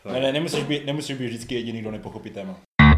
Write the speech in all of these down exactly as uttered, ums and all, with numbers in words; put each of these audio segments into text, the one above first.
Ne, ne, nemusíš být, nemusíš být vždycky jediný, kdo nepochopí téma.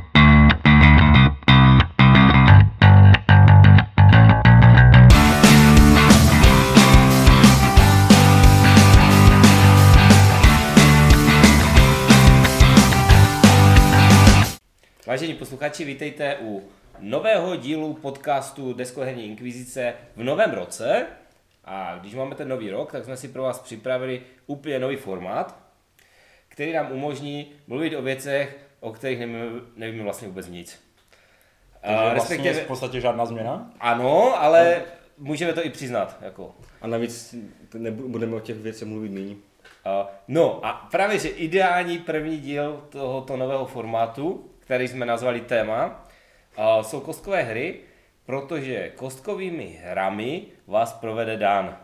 Vážení posluchači, vítejte u nového dílu podcastu Deskoherní inkvizice v novém roce. A když máme ten nový rok, tak jsme si pro vás připravili úplně nový formát, který nám umožní mluvit o věcech, o kterých nevíme, nevíme vlastně vůbec nic. Takže uh, respektive vlastně v podstatě žádná změna? Ano, ale no. Můžeme to i přiznat. Jako. A navíc nebudeme o těch věcech mluvit nyní. Uh, no a právě, že ideální první díl tohoto nového formátu, který jsme nazvali téma, uh, jsou kostkové hry, protože kostkovými hrami vás provede Dan.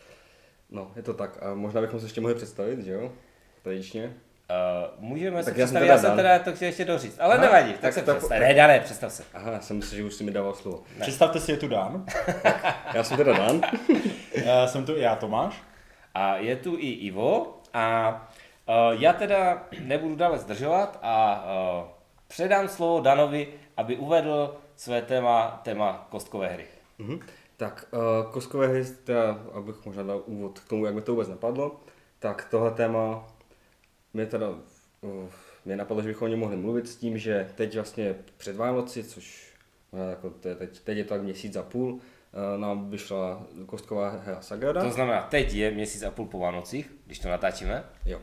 No, je to tak. A možná bychom se ještě mohli představit, že jo? Tradičně. Uh, můžeme tak se já představit, jsem já jsem teda to chtěl ještě doříct, ale Aha, nevadí, tak, tak se to- představ. Ne, Dané, představ se. Aha, já jsem myslel, že už si mi dával slovo. Ne. Představte si, je tu Dan. Já jsem teda Dan. Já jsem tu i já, Tomáš. A je tu i Ivo a uh, já teda nebudu dále zdržovat a uh, předám slovo Danovi, aby uvedl své téma, téma kostkové hry. Mhm. Tak, uh, kostkové hry, teda, abych možná dal úvod k tomu, jak mi to vůbec napadlo, tak tohle téma mě teda uh, mě napadlo, že bychom o něm mohli mluvit s tím, že teď vlastně před Vánoci, což možná jako teď, teď je to tak měsíc a půl, uh, nám vyšla kostková hra Sagrada. To znamená, teď je měsíc a půl po Vánocích, když to natáčíme. Jo.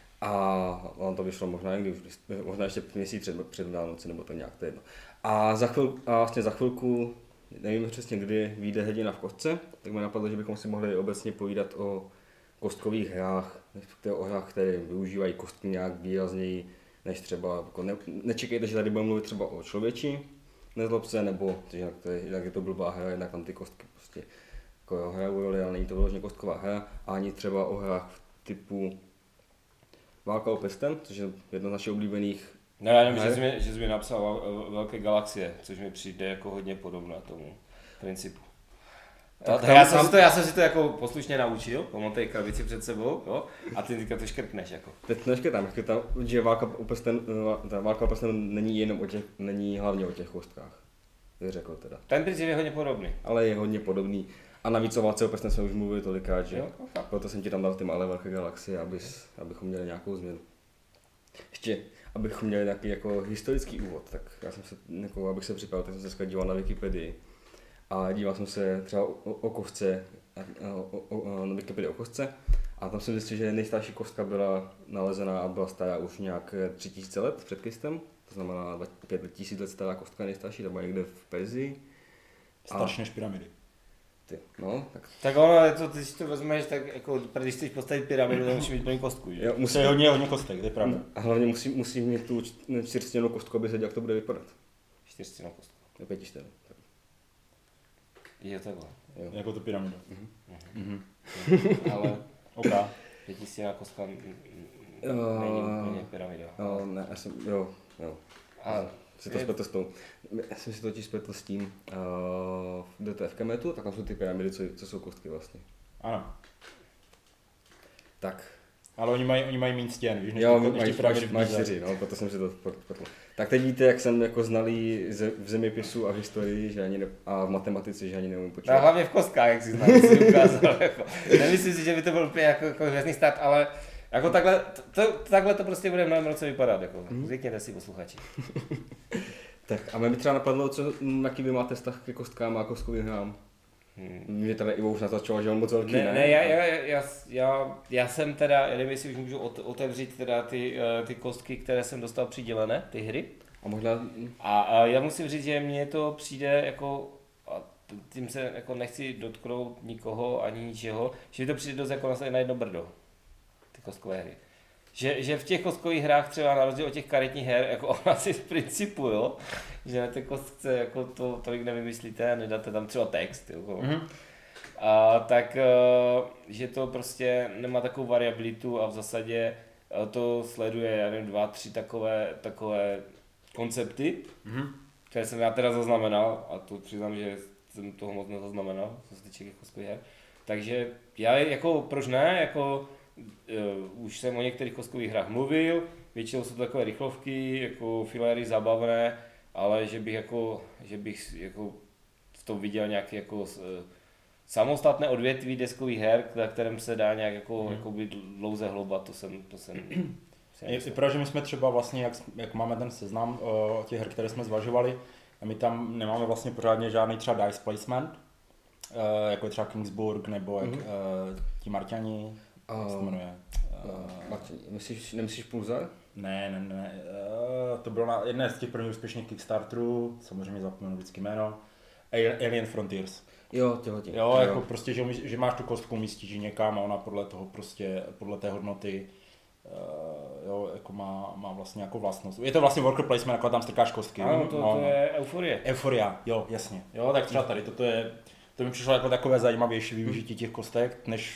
A on to vyšlo možná někdy, možná ještě měsíc před, před Vánoci, nebo to nějak, to je jedno. A, za chvil, a vlastně za chvilku, nevím přesně kdy, vyjde Hrdina v kostce, tak mi napadlo, že bychom si mohli obecně povídat o kostkových hrách, respektive o hrách, které využívají kostky nějak výrazněji, než třeba, jako ne, nečekejte, že tady budeme mluvit třeba o člověčí nezlobce, nebo že jinak, to je, jinak je to blbá hra, jednak tam ty kostky prostě jako jo, hrajou roli, ale není to vyloženě kostková hra, a ani třeba o hrách typu Válka o prsten, což je jedno z našich oblíbených. No já nevím, že jsi, mi, že jsi mi napsal Velké galaxie, což mi přijde jako hodně podobné tomu principu. Tak tak já, jsem tam... si to, já jsem si to jako poslušně naučil, mám tady krabici před sebou, jo, a ty teďka to škrtneš jako. Teď to neškrtám, tam, že Válka o prsten, ta Válka o prsten není jenom o těch, není hlavně o těch kostkách, bych řekl teda. Ten princip je hodně podobný. Ale je hodně podobný. A navíc o Válce o prsten jsme už mluvili tolikrát, že Jo, proto jsem ti tam dal ty malé Velké galaxie, abys, abychom měli nějakou změnu. Ještě, abychom měli nějaký jako historický úvod, tak já jsem se, jako, abych se připravil, tak jsem se dneska díval na Wikipedii. A díval jsem se třeba o, o kostce, o, o, o, na Wikipedii o kostce, a tam jsem zjistil, že nejstarší kostka byla nalezená a byla stará už nějak tři tisíce let před Kristem. To znamená pět tisíc let stará kostka nejstarší, to byla někde v Perzii. Starší než pyramidy. Ty, no, tak... Tak ono, je to, ty si to vezmeš, tak jako, když chceš postavit pyramidu, tak musíš mít plný kostku, že? Jo, Musí... To je hodně, hodně kostek, to je pravda. A hlavně musí, musí mít tu čtyřstěnou kostku, aby se jak to bude vypadat. Čtyřstěnou kostku. Jo, pětistěnou. Je takhle. Jo. Jako to pyramida. Mhm. Mhm. Ale OK. pětistěná kostka n- n- Uh, není úplně pyramida. Jo, ne, já jsem, jo, jo. A Si to spletl s tou. Já jsem si to totiž spletl s tím, uh, jdete v Kemetu, tak tam jsou ty pyramidy, co, co jsou kostky vlastně. Ano. Tak. Ale oni mají, oni mají méně stěn, víš, než Jo, ty, než mají, ty pyramidy v mají Gize. čtyři, no, proto jsem si to spletl. Tak teď víte, jak jsem jako znalý ze, v zeměpisu a v historii, že ani ne, a v matematice, že ani neumím no, počítat. hlavně v kostkách, jak si znám, si ukázal. Jako. Nemyslím si, že by to byl úplně jako, jako hvězdný start, ale jako takhle, to, takhle to prostě bude v novém roce vypadat. Jako. Mhm. Zvykněte si, posluchači. Tak a mě by třeba napadlo, co, jaký vy máte vztah ke kostkám a kostkovým hrám? Hmm. Mě tady Ivo už naznačoval, že on moc velký, Ne, ne? ne já, já, já, já, já jsem teda, já nevím, jestli už můžu ot- otevřít teda ty, uh, ty kostky, které jsem dostal přidělené, ty hry. A možná... A, a já musím říct, že mně to přijde jako, a tím se jako nechci dotknout nikoho ani ničeho, že mi to přijde dost jako nasadit na jedno brdo, ty kostkové hry. Že, že v těch kostkových hrách třeba na rozdíl od těch karetních her, jako ona si z principu, jo, že na té kostce jako to tolik nevymyslíte a nedáte tam třeba text, jo, Mm-hmm. a, tak, že to prostě nemá takovou variabilitu a v zásadě to sleduje, já nevím, dva, tři takové, takové koncepty, Mm-hmm. které jsem já teda zaznamenal, a to přiznám, že jsem toho moc nezaznamenal, co se týče kostkových her. Takže já jako, proč ne, jako Uh, už jsem o některých kostkových hrách mluvil, většinou jsou to takové rychlovky, jako filéry zábavné, ale že bych jako, že bych jako v tom viděl nějaký jako samostatné odvětví deskových her, na kterém se dá nějak jako, hmm. jako být dlouze hloubat, to jsem, to jsem Je, je pravda, že my jsme třeba vlastně, jak, jak máme ten seznam uh, těch her, které jsme zvažovali, a my tam nemáme vlastně pořádně žádný třeba dice placement, uh, jako je třeba Kingsburg, nebo jak, mm-hmm. uh, ti Marťani, uh, jak se to jmenuje? Uh, Martin, myslíš, nemyslíš Pulzar? Ne, ne, ne, uh, to bylo na jedné z těch prvních úspěšných Kickstarterů, samozřejmě zapomenu vždycky jméno, Alien Frontiers. Jo, těho tím. Jo, jako jo. Prostě, že, že máš tu kostku, umístíš ji někam a ona podle toho prostě, podle té hodnoty Uh, jo, jako má, má vlastně jako vlastnost. Je to vlastně worker placement, jako tam strkáš kostky. Ano, to, no, to je euforie. Euforia, jo, jasně. Jo, tak třeba tady, toto je, to mi přišlo jako takové zajímavější využití těch kostek, než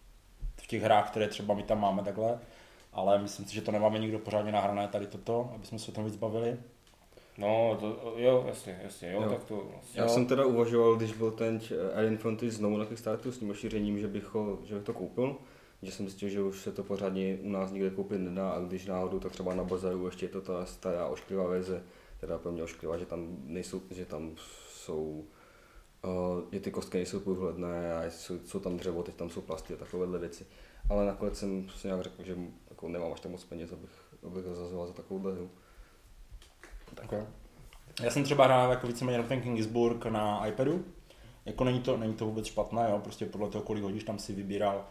v těch hrách, které třeba my tam máme takhle. Ale myslím si, že to nemáme nikdo pořádně nahrané tady toto, aby jsme se o tom víc bavili. No, to, jo, jasně, jasně, jo, jo. Tak to vlastně. Já jo. jsem teda uvažoval, když byl ten Alien Frontiers znovu na Kickstarteru s tím rozšířením, že bych, ho, že bych to koupil. Že jsem zjistil, že už se to pořádně u nás nikde koupit nedá a když náhodou, tak třeba na bazaru ještě je to ta stará ošklivá verze, teda pro mě ošklivá, že tam nejsou, že tam jsou, uh, že ty kostky nejsou průhledné a jsou, jsou tam dřevo, teď tam jsou plasty a takovéhle věci. Ale nakonec jsem si nějak řekl, že jako nemám až tak moc peněz, abych, abych zazazoval za takovouhle hru. Okay. Já jsem třeba hrál jako víceméně na ten Kingsburg na iPadu, jako není to, není to vůbec špatné, jo? Prostě podle toho, kolik hodíš, tam si vybíral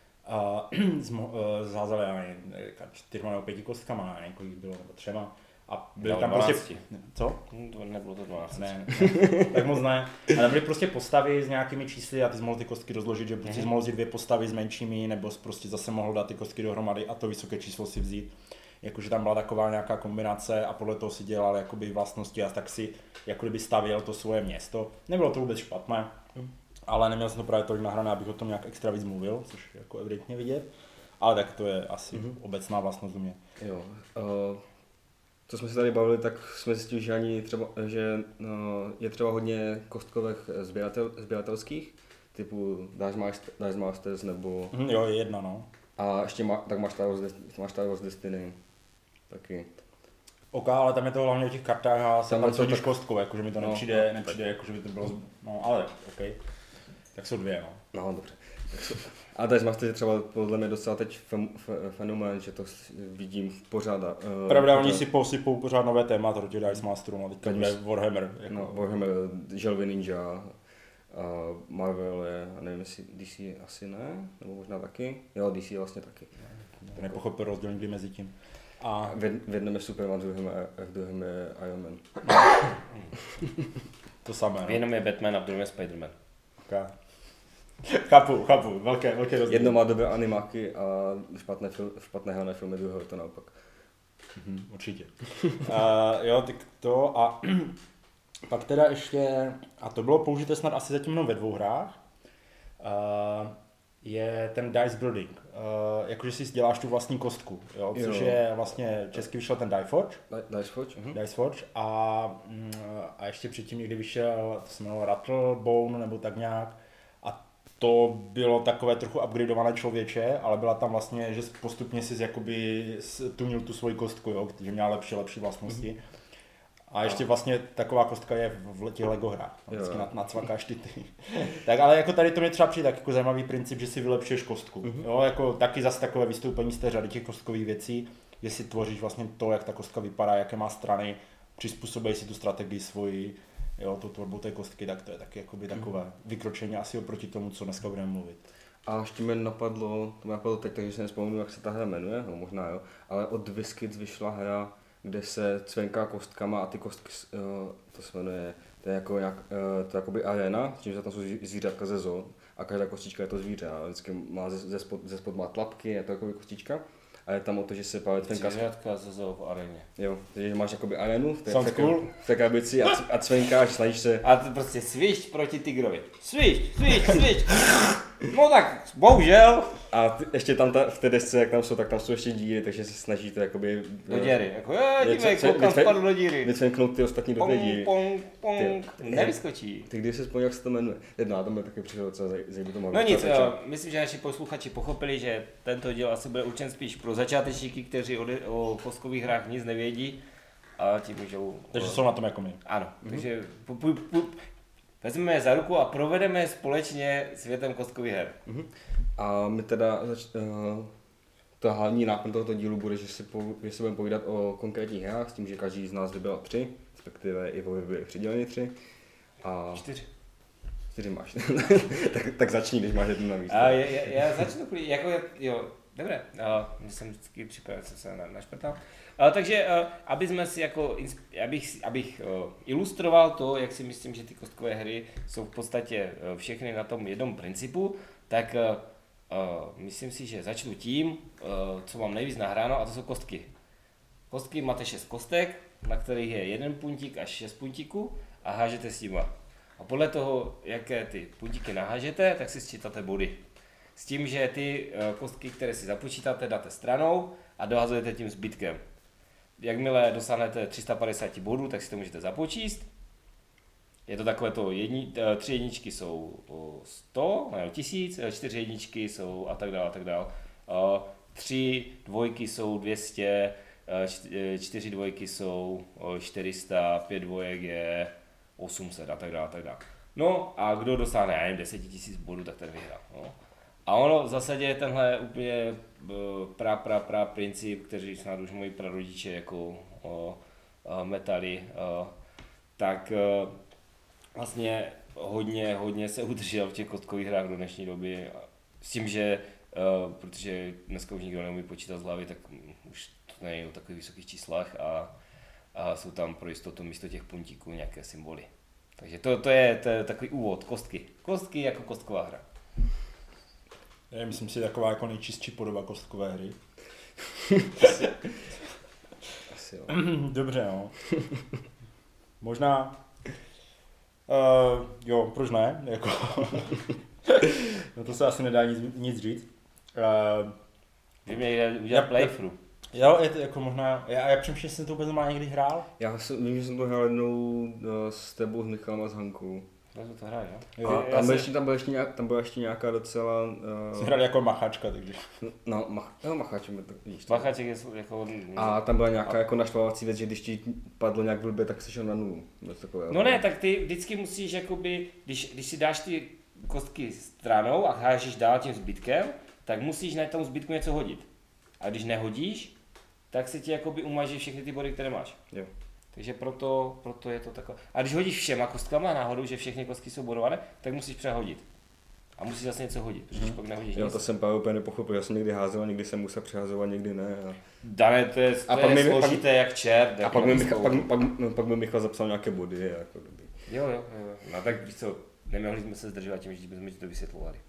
a zházeli, já nevím, čtyřma nebo pěti kostkama, nevím, kolik bylo, nebo třema. A byly no, tam dvanácti. Prostě, co? To nebylo to dvanáct. Ne, ne, tak moc ne. A tam byly prostě postavy s nějakými čísly a ty jsi mohl ty kostky rozložit, že prostě jsi mohl vzít dvě postavy s menšími, nebo jsi prostě zase mohl dát ty kostky dohromady a to vysoké číslo si vzít. Jakože tam byla taková nějaká kombinace a podle toho si dělal jakoby vlastnosti a tak si jako kdyby stavěl to svoje město. Nebylo to vůbec špatné. Ale neměl jsem to právě tolik nahrané, abych o tom nějak extra víc mluvil, což je jako evidentně vidět. Ale tak to je asi mm-hmm. obecná vlastnost u mě. Jo, uh, co jsme se tady bavili, tak jsme zjistili, že, ani třeba, že no, je třeba hodně kostkových sběratel, sběratelských, typu Dice Masters nebo... Mm, jo, je jedna, no. A ještě má, tak máš Star Wars, máš Star Wars Destiny taky. OK, ale tam je to hlavně o těch kartách a tam, tam hodíš tak... kostkou, jakože mi to no, nepřijde, no, nepřijde, tak... jakože by to bylo, no ale OK. Tak jsou dvě, no. No, dobře. A Dice Masters je třeba podle mě docela teď fenomén, že to vidím pořád. Uh, Pravda, oni si posypou pořád nové témata do těch Dice Masterů, no, teď to bude Warhammer. Jako. No, Warhammer, Želvy Ninja, uh, Marvel je, nevím jestli D C asi ne, nebo možná taky. Jo, D C vlastně taky. To nepochopil rozdíl nikdy mezi tím. A v jednom je Superman, v druhém je, v druhém je Iron Man. To samé, no. V jednom je Batman a v druhém je Spider-Man. Okay. Chápu, chápu, velké, velké rozdíl. Jedno má dobré animáky a špatné, fil, špatné hrané filmy, druhého to naopak. Mm-hmm, určitě. uh, jo, tak to a pak teda ještě, a to bylo použité snad asi zatím jenom ve dvou hrách, uh, je ten dice building, uh, jakože si děláš tu vlastní kostku, jo, což jo. Je vlastně, česky vyšel ten Dieforge, Diceforge, uh-huh. Diceforge a, a ještě předtím někdy vyšel, to se jmenovalo Rattlebone nebo tak nějak, a to bylo takové trochu upgradeované člověče, ale byla tam vlastně, že postupně si jakoby tunil tu svoji kostku, jo, že měla lepší, lepší vlastnosti. Mm-hmm. A ještě vlastně taková kostka je v těch Lego hrách, vždycky nad, nacvakáš ty ty. Tak ale jako tady to mě třeba přijde tak jako zajímavý princip, že si vylepšuješ kostku. Mm-hmm. Jo, jako taky zase takové vystoupení z té řady těch kostkových věcí, že si tvoříš vlastně to, jak ta kostka vypadá, jaké má strany, přizpůsobíš si tu strategii svoji, jo, tu tvorbu té kostky, tak to je taky jakoby takové mm-hmm. vykročení asi oproti tomu, co dneska budeme mluvit. A ještě mi napadlo, to mi napadlo teď, takže si nespomenu, jak se ta hra jmenuje, no možná jo, ale od WizKids vyšla hra, kde se cvenká kostkama a ty kostky, uh, to se jmenuje, to je jako nějak, uh, to je jakoby arena, tím, že tam jsou zvířatka ze zoo a každá kostička je to zvíře a vždycky má ze, ze, spod, ze spod má tlapky, je to jakoby kostička a je tam o to, že se právě cvenká... Zvířatka ze zoo v areně. Jo, takže máš jakoby arénu v té, cool. v té krabici a, a cvenkáš, snažíš se... A to prostě svišť proti tigrovi. Svišť, svišť, svišť. No tak, bohužel. A ty, ještě tam ta, v té desce, jak tam jsou, tak tam jsou ještě díry, takže se snažíte jakoby... Do díry, jako je, Něco- dívej, co- koukám, vytve- spadl do díry. Vycvenknout ty ostatní do té Pong, díry. pong, pong, Ty- nevyskočí. Ty když se vzpomněl, jak se to jmenuje? Jedno, to mi taky přišlo docela zaj- zajímavé. No nic, uh, myslím, že naši posluchači pochopili, že tento díl asi bude určen spíš pro začátečníky, kteří o, de- o kostkových hrách nic nevědí a ti můžou... Takže uh, jsou na tom jako my. Ano, mm-hmm. takže pu, pu, pu, vezmeme je za ruku a provedeme je společně světem kostkových her. Mhm. A my teda, zač- uh, ta hlavní náplň tohoto dílu bude, že si, po, že si budeme povídat o konkrétních hrách, s tím, že každý z nás vybral tři, respektive i Vojvovi byly přiděleny tři. A Čtyři. čtyři máš. tak, tak začni, když máš jednu navíc. A já, já začnu, kvůli- jako jo, dobré, uh, jsem vždycky připraven, jsem se na, našprtal. Uh, takže, uh, aby jsme si jako, insp- abych, abych uh, ilustroval to, jak si myslím, že ty kostkové hry jsou v podstatě uh, všechny na tom jednom principu, tak uh, uh, myslím si, že začnu tím, uh, co mám nejvíc nahráno, a to jsou kostky. Kostky máte šest kostek, na kterých je jeden puntík až šest puntíků a hážete s nima. A podle toho, jaké ty puntíky nahážete, tak si sčítáte body. S tím, že ty uh, kostky, které si započítáte, dáte stranou a dohazujete tím zbytkem. Jakmile dosáhnete tři sta padesát bodů, tak si to můžete započíst. Je to takové to, jedni, tři jedničky jsou sto, nebo tisíc, čtyři jedničky jsou a tak dále, a tak dále. Tři dvojky jsou dvě stě, čtyři dvojky jsou čtyři sta, pět dvojek je osm set a tak dále, a tak dále. No a kdo dosáhne, já nevím, deset tisíc bodů, tak ten vyhrál. No. A ono v zásadě je tenhle úplně pra, pra, pra princip, který snad už moji prarodiče jako o, o, metali, o, tak o, vlastně hodně, hodně se udržel v těch kostkových hrách do dnešní doby. S tím, že o, protože dneska už nikdo neumí počítat z hlavy, tak už to není o takových vysokých číslech a, a jsou tam pro jistotu místo těch puntíků nějaké symboly. Takže to, to, je, to je takový úvod, kostky. Kostky jako kostková hra. Je, myslím si, taková jako nejčistší podoba kostkové hry. Asi jo. Dobře, no. Možná, uh, jo, proč ne, jako, no to se asi nedá nic, nic říct. Uh, Vy mě udělat Já- playthrough. jo, je to jako možná, já, já přemýšlím, že jsem to vůbec normálně někdy hrál. Já jsem, vím, že jsem to hrál jednou uh, s tebou, s Michalem a s Hankou. To to hraje, jo? Jo, A já tam, si- byl ještě, tam, byl ještě nějak, tam byla ještě nějaká docela... Jsme Uh, hrali jako machačka, takže. no, mach, no, macháčem, to vidíš. to. Macháček je jako... A tam byla nějaká jako naštvávací věc, že když ti padlo nějak blbě, tak jsi šel na nulu. Něco takového. No ne, tak ty vždycky musíš jakoby, když, když si dáš ty kostky stranou a hážeš dál tím zbytkem, tak musíš na tom zbytku něco hodit. A když nehodíš, tak se ti jakoby umaží všechny ty body, které máš. Jo. Takže proto, proto je to takové. A když hodíš všema kostkama náhodou, že všechny kostky jsou bodované, tak musíš přehodit. A musíš zase něco hodit, protože když pak nehodíš Jo, nic. to jsem právě úplně nepochopil, já jsem někdy házel, někdy jsem musel přehazovat, někdy ne. A, Dané, to je, to A pak je mi- složité jak čert. a jak pak, mi na Michal, stolu. pak, pak, no, pak mi Michal zapsal nějaké body, jako dobrý. Jo, jo, jo. No tak víš co, nemohli jsme se zdržovat tím, že bychom ti to vysvětlovali.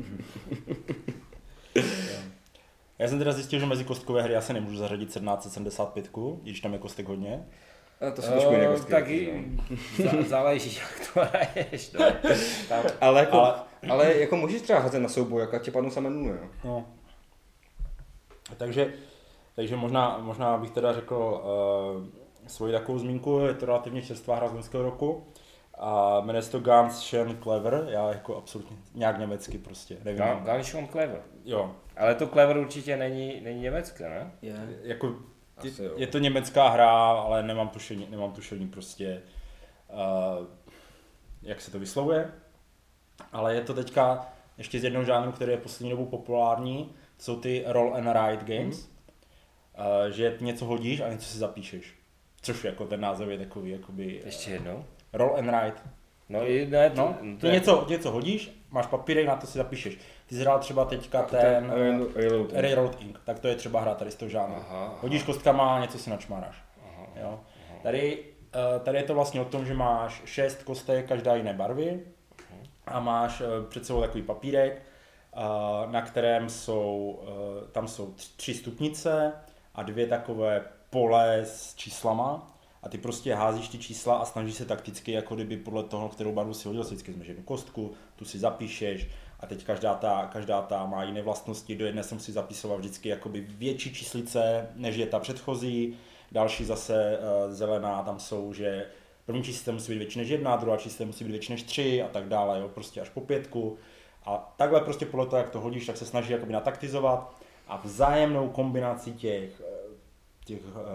Já jsem teda zjistil, že mezi kostkové hry já se nemůžu zařadit sedmnáct set sedmdesát pět, když tam je kostek hodně. A to jsou trošku jiné kostky. Tak jako, i- no. zá- záleží, jak to hraješ, no. Tam, Ale, jako, Ale- ale, ale jako můžeš třeba házet na souboj, jak ti padnou samé nuly, jo. No. Takže, takže možná, možná bych teda řekl uh, svoji takovou zmínku, je to relativně čerstvá hra z loňského roku. A jmenuje se to Ganz schön clever, já jako absolutně nějak německy prostě, nevím. Ga- Ganz schön clever. Jo, Ale to clever určitě není, není německé, ne? Je. jako Asi jo. je, je to německá hra, ale nemám tušení, nemám tušení prostě, uh, jak se to vyslovuje. Ale je to teďka ještě z jednoho žánru, který je poslední dobou populární, to jsou ty roll and write games, mm-hmm. uh, že něco hodíš a něco si zapíšeš. Což jako ten název je takový, jakoby... Ještě jednou. Roll and write. No i ne, to, No, to ty je- něco, něco hodíš, máš papírek, na to si zapíšeš. Ty jsi hrál třeba teďka ten Railroad. Railroad Inc. Tak to je třeba hra tady z toho žánru. Aha, aha. Hodíš kostkama a něco si načmáráš. Aha, Jo. Tady, eh, tady je to vlastně o tom, že máš šest kostek, každá jiné barvy a máš eh, před sebou takový papírek, eh, na kterém jsou, eh, tam jsou tři- tři stupnice a dvě takové pole s číslama a ty prostě házíš ty čísla a snažíš se takticky, jako kdyby podle toho, kterou barvu si hodil, si vždycky vezmeš jednu kostku, tu si zapíšeš a teď každá ta, každá ta má jiné vlastnosti, do jedné jsem si zapisoval vždycky jakoby větší číslice, než je ta předchozí, další zase uh, zelená, tam jsou, že první číslice musí být větší než jedna, druhá číslice musí být větší než tři a tak dále, jo, prostě až po pětku. A takhle prostě podle toho, jak to hodíš, tak se snaží jakoby nataktizovat a vzájemnou kombinací těch, těch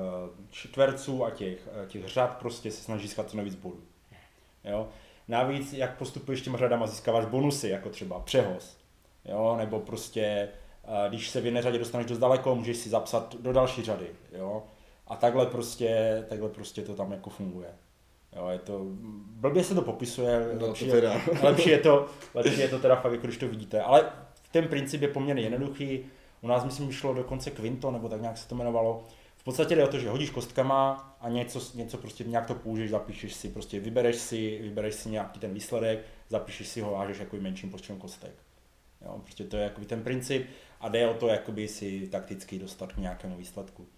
čtverců a těch, těch řad prostě se snaží získat co nejvíc bodů. Jo? Navíc, jak postupuješ těma řadama, získáváš bonusy, jako třeba přehoz. Jo? Nebo prostě, když se v jedné řadě dostaneš dost daleko, můžeš si zapsat do další řady. Jo? A takhle prostě, takhle prostě to tam jako funguje. Jo, je to, blbě se to popisuje, no, lepší, to teda. je, lepší, je to, lepší je to teda fakt, jako když to vidíte, ale ten princip je poměrně jednoduchý, u nás myslím šlo dokonce Quinto, nebo tak nějak se to jmenovalo, v podstatě jde o to, že hodíš kostkama a něco, něco prostě nějak to použiješ, zapíšeš si, prostě vybereš si, vybereš si nějaký ten výsledek, zapíšeš si ho, vážeš jako menším počtem kostek. Jo, prostě to je jakoby ten princip a jde o to jakoby si takticky dostat k nějakému výsledku.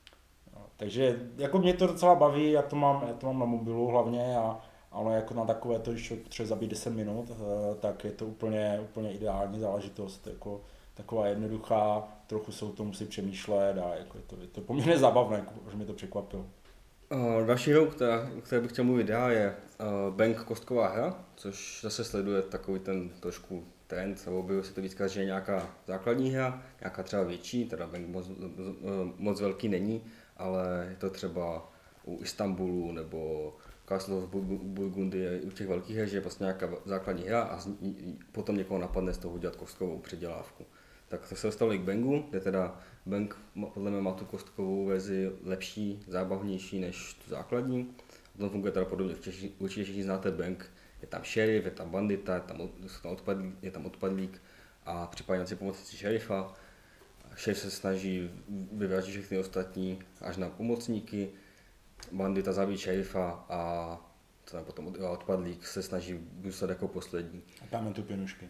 Takže jako mě to docela baví, já to mám, já to mám na mobilu hlavně a ale jako na takové to, když člověk potřebuje zabít deset minut, tak je to úplně, úplně ideální záležitost, jako taková jednoduchá, trochu se o tom musí přemýšlet a jako je, to, je to poměrně zábavné, jako, že mi to překvapilo. Uh, další hrou, která, které bych chtěl mluvit dál, je uh, Bank kostková hra, což zase sleduje takový ten trošku trend, nebo objevuje se to víc, že je nějaká základní hra, nějaká třeba větší, teda Bank moc, moc velký není, ale je to třeba u Istanbulu nebo Castle of Burgundy, u těch velkých her, že je prostě nějaká základní hra a potom někoho napadne z toho udělat kostkovou předělávku. Tak to se dostalo i k Bangu, kde teda Bang podle mě má tu kostkovou verzi lepší, zábavnější než tu základní. A to funguje teda podobně, určitě všichni znáte Bang, je tam šerif, je tam bandita, je tam, odpadlík, je tam odpadlík a případně si pomoci si šerifa. Šerif se snaží vyvraždit všechny ostatní až na pomocníky, bandita zabít šerifa a potom odpadlík se snaží zůstat jako poslední. A tam tu pěnušky.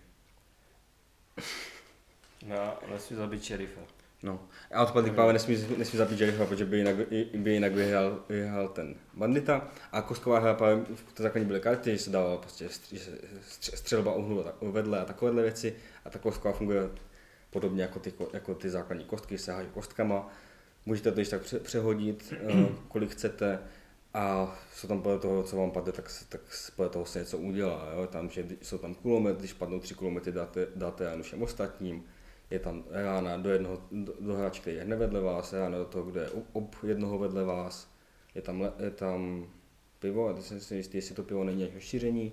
No, nesmí zabít šerifa. No, a odpadlík právě nesmí, nesmí zabít šerifa, protože by jinak, by jinak vyhrál, vyhrál ten bandita. A kostková hra právě v té základní byly karty, že se dala prostě střelba uhlu vedle a takovéhle věci. A ta kostková funguje podobně jako ty, jako ty základní kostky, se háží kostkama. Můžete to již tak přehodit, kolik chcete. A jsou tam podle toho, co vám padne, tak, tak podle toho se něco udělá. Jo? Tam, že jsou tam kulomet, když padnou tři kulomety, dáte, dáte ránu všem ostatním. Je tam rána do jednoho, do, do hráče, který je hned vedle vás, rána do toho, kdo je ob, ob jednoho vedle vás. Je tam, je tam pivo, a teď jsem si jistý, jestli to pivo není až rozšíření.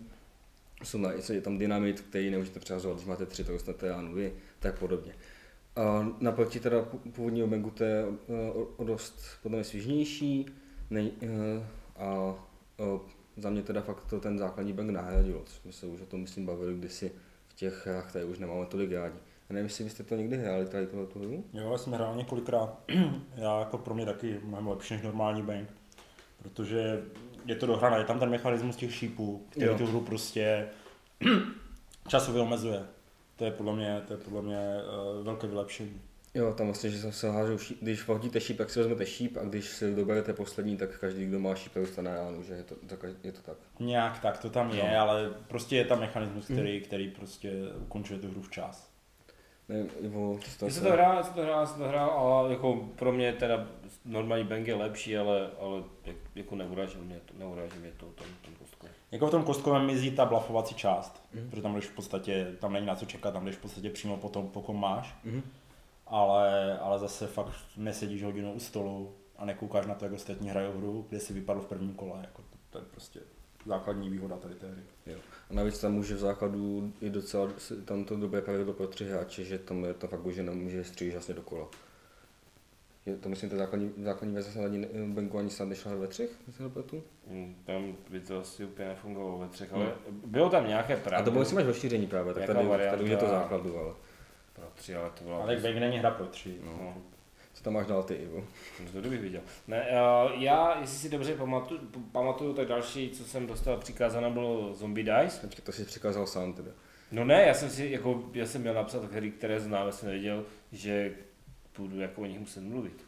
Je tam dynamit, který nemůžete přehazovat, když máte tři, to dostanete ránu vy, tak podobně. A naproti teda původního Bangu to je o dost podle mě svižnější. Nej, a, a za mě teda fakt to ten základní Bang nahradilo, což jsme se už o tom myslím bavili kdysi v těch hrách, které už nemáme tolik rádi. Já nevím, jestli byste to někdy hráli, tady tohle tu hru? Jo, já jsem hrál několikrát, já jako pro mě taky mnohem lepší než normální Bang, protože je to dohrané, je tam ten mechanismus těch šípů, který jo. tu hru prostě časově omezuje. To je podle mě, to je podle mě uh, velké vylepšení. Jo, tam vlastně, že se hážou šíp, když hodíte šíp, tak si vezmete šíp a když si doberete poslední, tak každý, kdo má šíp, dostane ránu, že je to, je to tak. Nějak tak to tam je, no. Ale prostě je tam mechanismus, který, hmm. který prostě ukončuje tu hru včas. Ne, Ivo, to se to hrál, se to hrál, se to hrál, ale jako pro mě teda normální Bang je lepší, ale, ale jako neuráží mě to, neuráží mě to tom, tom kostku. Jako v tom kostkovém mizí ta blafovací část, mm. protože tam jdeš v podstatě, tam není na co čekat, tam jdeš v podstatě přímo po tom, po kom máš. Mm. Ale, ale zase fakt nesedíš hodinu u stolu a nekoukáš na to, jak ostatní hrajou hru, kde si vypadl v prvním kole. Jako to, to je prostě základní výhoda tady té hry. Jo. A navíc tam může v základu i docela, tam to dobré pravidlo pro tři hráče, že tam je to fakt, že nemůže střílet vlastně do kola. Je to myslím, ta základní, základní verze snad ani Bangu ani snad nešla ve třech, myslím pletu? Mm, tam by to asi úplně nefungovalo ve třech, ale mm. bylo tam nějaké pravidlo. A to bylo si máš rozšíření právě, tak tady, tady už je to základu, ale. Pro tři, ale to bylo... Ale Bang není hra pro tři. No. No. Co tam máš dál ty, Ivo? To bych viděl. Ne, já, jestli si dobře pamatuju, pamatuju, tak další, co jsem dostal přikázáno, bylo Zombie Dice. Počkej, to jsi přikázal sám teda. No ne, já jsem si, jako, já jsem měl napsat hry, které znám, já jsem nevěděl, že budu jako o nich muset mluvit.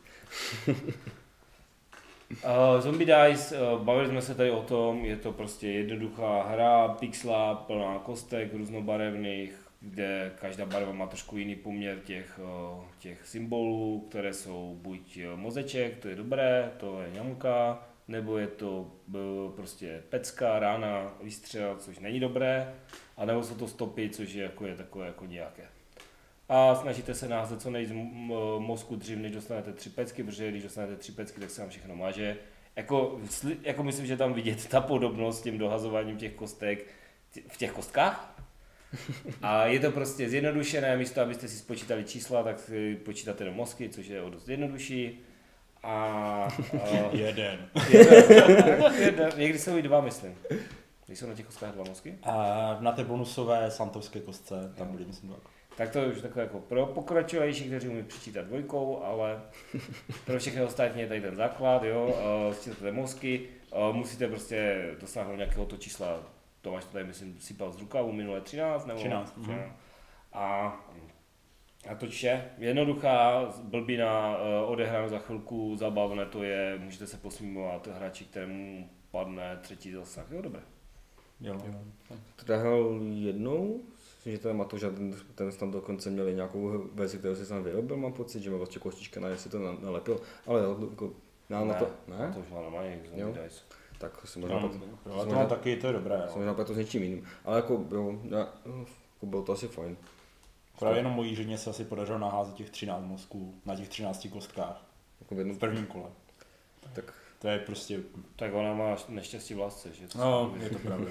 uh, Zombie Dice, uh, bavili jsme se tady o tom, je to prostě jednoduchá hra, pixla, plná kostek, různobarevných, kde každá barva má trošku jiný poměr těch, těch symbolů, které jsou buď mozeček, to je dobré, to je ňamka, nebo je to prostě pecka, rána, výstřel, což není dobré, a nebo jsou to stopy, což je, jako, je takové jako nějaké. A snažíte se naházet co nejvíc mozku dřív, než dostanete tři pecky, protože když dostanete tři pecky, tak se vám všechno maže. Jako, jako myslím, že tam vidět ta podobnost s tím dohazováním těch kostek v těch kostkách. A je to prostě zjednodušené, místo abyste si spočítali čísla, tak si počítáte do mozky, což je o dost jednodušší. A, a jeden. jeden. jeden. Někdy jsou i dva, myslím. Když jsou na těch kostkách dva mozky? A na té bonusové santovské kostce, tam byly myslím dva. Tak to je už takové jako pro pokročilejší, kteří umí přečítat dvojkou, ale pro všechny ostatní je tady ten základ, jo, sčítáte mozky, musíte prostě dosáhnout nějakého to čísla, Tomáš to tady myslím sypal z rukavu, minule třináct nebo třináct. A, a to vše, jednoduchá blbina, odehráno za chvilku, zabavné to je, můžete se posmívat hráči, kterému padne třetí zasah, jo, dobré. Jo. To hrál jednou, že to je Matouš, že ten, ten tam dokonce měli nějakou verzi, kterou si sám vyrobil, mám pocit, že má vlastně kostička na si to nalepil, ale jako, na, na to, ne? To už má normálně zombie dice. Tak si možná No, pat, ale to mám taky, to je dobré, jo. možná pat to s něčím jiným, ale jako, jo, ne, jako bylo to asi fajn. Právě jenom mojí ženě se asi podařilo naházet těch třináct mozků na těch třinácti kostkách Jako v, jednom, v prvním kole. tak To je prostě... Tak ona má neštěstí v lásce, že? To No, je to pravda.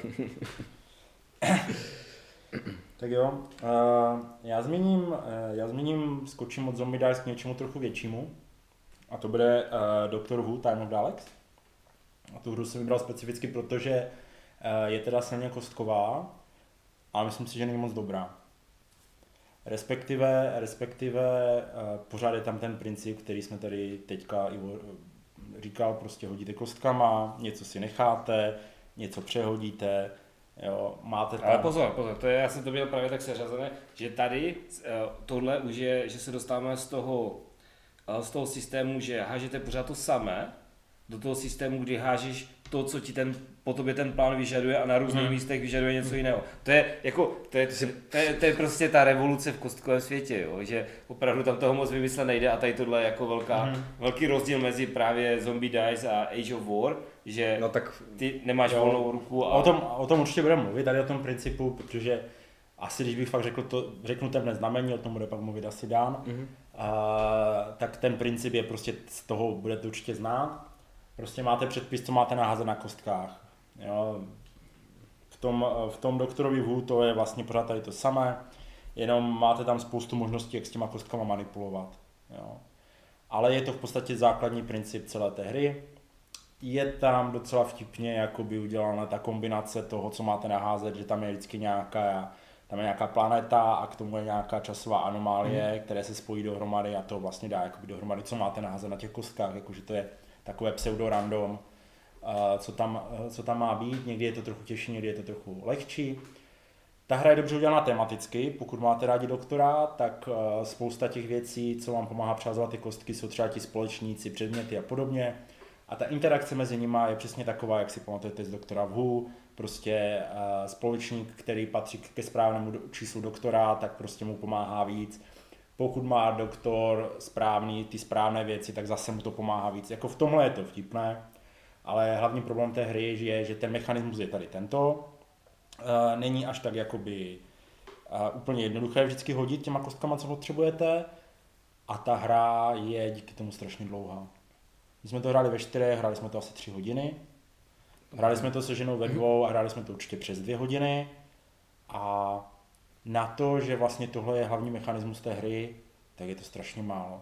Tak jo, uh, já zmíním, uh, já zmíním, skočím od Zombie Dice k něčemu trochu většímu. A to bude uh, Doctor Who Time of Daleks. A tu hru jsem vybral specificky, protože uh, je teda silně kostková, ale myslím si, že není moc dobrá. Respektive, respektive uh, pořád je tam ten princip, který jsme tady teďka Ivo říkal, prostě hodíte kostkama, něco si necháte, něco přehodíte, jo, máte tam... Ale pozor, pozor, to je, já jsem to měl právě tak seřazené, že tady tohle už je, že se dostáváme z toho, z toho systému, že hážete pořád to samé, do toho systému, kdy hážeš to, co ti ten, po tobě ten plán vyžaduje a na různých hmm. místech vyžaduje něco jiného. To je jako, to je, to je, to je prostě ta revoluce v kostkovém světě, jo? Že opravdu tam toho moc vymyslet nejde a tady tohle je jako velká, hmm. velký rozdíl mezi právě Zombie Dice a Age of War, že no tak, ty nemáš jo, volnou ruku. A... O tom, o tom určitě budeme mluvit, tady o tom principu, protože asi když bych fakt řekl to, řeknu temné znamení, o tom bude pak mluvit asi Dan, mm-hmm. a, tak ten princip je prostě z toho budete určitě znát. Prostě máte předpis, co máte naházet na kostkách. Jo. V tom, v tom Doktorovi Who to je vlastně pořád tady to samé, jenom máte tam spoustu možností, jak s těma kostkama manipulovat. Jo. Ale je to v podstatě základní princip celé té hry. Je tam docela vtipně jakoby udělána ta kombinace toho, co máte naházet, že tam je vždycky nějaká, tam je nějaká planeta a k tomu je nějaká časová anomálie, mm. které se spojí dohromady a to vlastně dá jakoby dohromady, co máte naházet na těch kostkách, jakože to je takové pseudo-random, co tam, co tam má být. Někdy je to trochu těžší, někdy je to trochu lehčí. Ta hra je dobře udělaná tematicky, pokud máte rádi doktora, tak spousta těch věcí, co vám pomáhá přehazovat ty kostky, jsou třeba ti společníci, předměty a podobně. A ta interakce mezi nimi je přesně taková, jak si pamatujete z Doktora Who, prostě uh, společník, který patří ke správnému do, číslu doktora, tak prostě mu pomáhá víc. Pokud má doktor správný, ty správné věci, tak zase mu to pomáhá víc. Jako v tomhle je to vtipné, ale hlavní problém té hry je, že ten mechanismus je tady tento. Uh, není až tak jakoby uh, úplně jednoduché vždycky hodit těma kostkama, co potřebujete. A ta hra je díky tomu strašně dlouhá. My jsme to hráli ve čtyřech, hráli jsme to asi tři hodiny. Hráli jsme to se ženou ve dvou a hráli jsme to určitě přes dvě hodiny. A na to, že vlastně tohle je hlavní mechanismus té hry, tak je to strašně málo.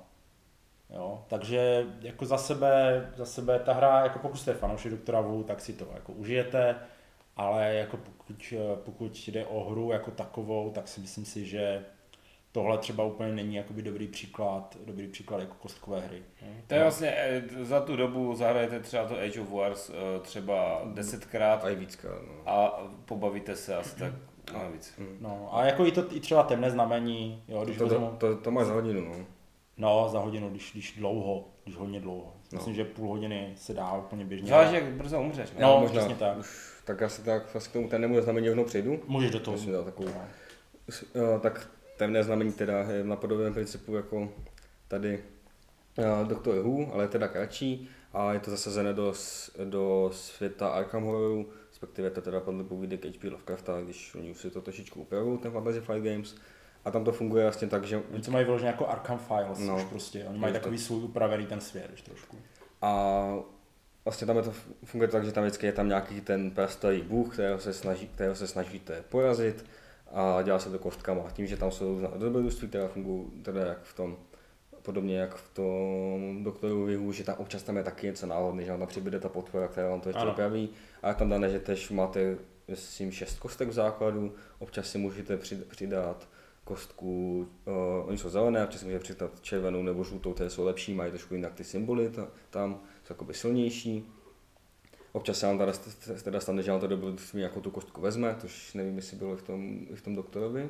Jo? Takže jako za sebe, za sebe ta hra, jako pokud jste fanoušek Doktora Who, tak si to jako užijete, ale jako pokud, pokud jde o hru jako takovou, tak si myslím si, že tohle třeba úplně není jakoby dobrý příklad, dobrý příklad jako kostkové hry. To je vlastně, za tu dobu zahrajete třeba to Age of Wars třeba desetkrát a i víckrát, no. A pobavíte se asi tak a víc. No a jako i to i třeba temné znamení, jo, když to, vezmu... to, to, to máš za hodinu, no. No, za hodinu, když, když dlouho, když hodně dlouho. Myslím, no. že půl hodiny se dá úplně běžně. Záleží, jak brzo umřeš. No, možná, přesně tak. Už, tak asi tak, asi k tomu ten nemůže znamení rovnou přejdu. Můžeš do toho. Musím dát takovou tak temné znamení teda je na podobném principu jako tady Doctor Who, ale je teda kratší a je to zasazené do, do světa Arkham Horroru, respektive to teda podle povídek H P Lovecrafta, když oni už si to trošičku upravují, ten Fantasy Flight Games. A tam to funguje vlastně tak, že... Oni to mají vyloženě jako Arkham Files, no, už prostě, oni mají to... takový svůj upravený ten svět už trošku. A vlastně tam je to funguje tak, že tam vždycky je tam nějaký ten prastarý bůh, kterého se, snaží, kterého se snažíte porazit a dělá se to kostkama. Tím, že tam jsou dobrodružství, která fungují teda jak v tom, podobně jak v tom Doktoru Who, že tam občas tam je taky něco náhodný, že vám tam přibude ta potvora, která vám to ještě opraví. A jak tam dané, že tež máte s tím šest kostek v základu, občas si můžete přidat kostku, uh, oni jsou zelené, občas si můžete přidat červenou nebo žlutou, které jsou lepší, mají trošku jinak ty symboly ta, tam, jsou jakoby silnější. Občas se vám teda, teda stane, že vám to dobrodružství jako tu kostku vezme, což nevím, jestli bylo i v tom, i v tom Doktorovi.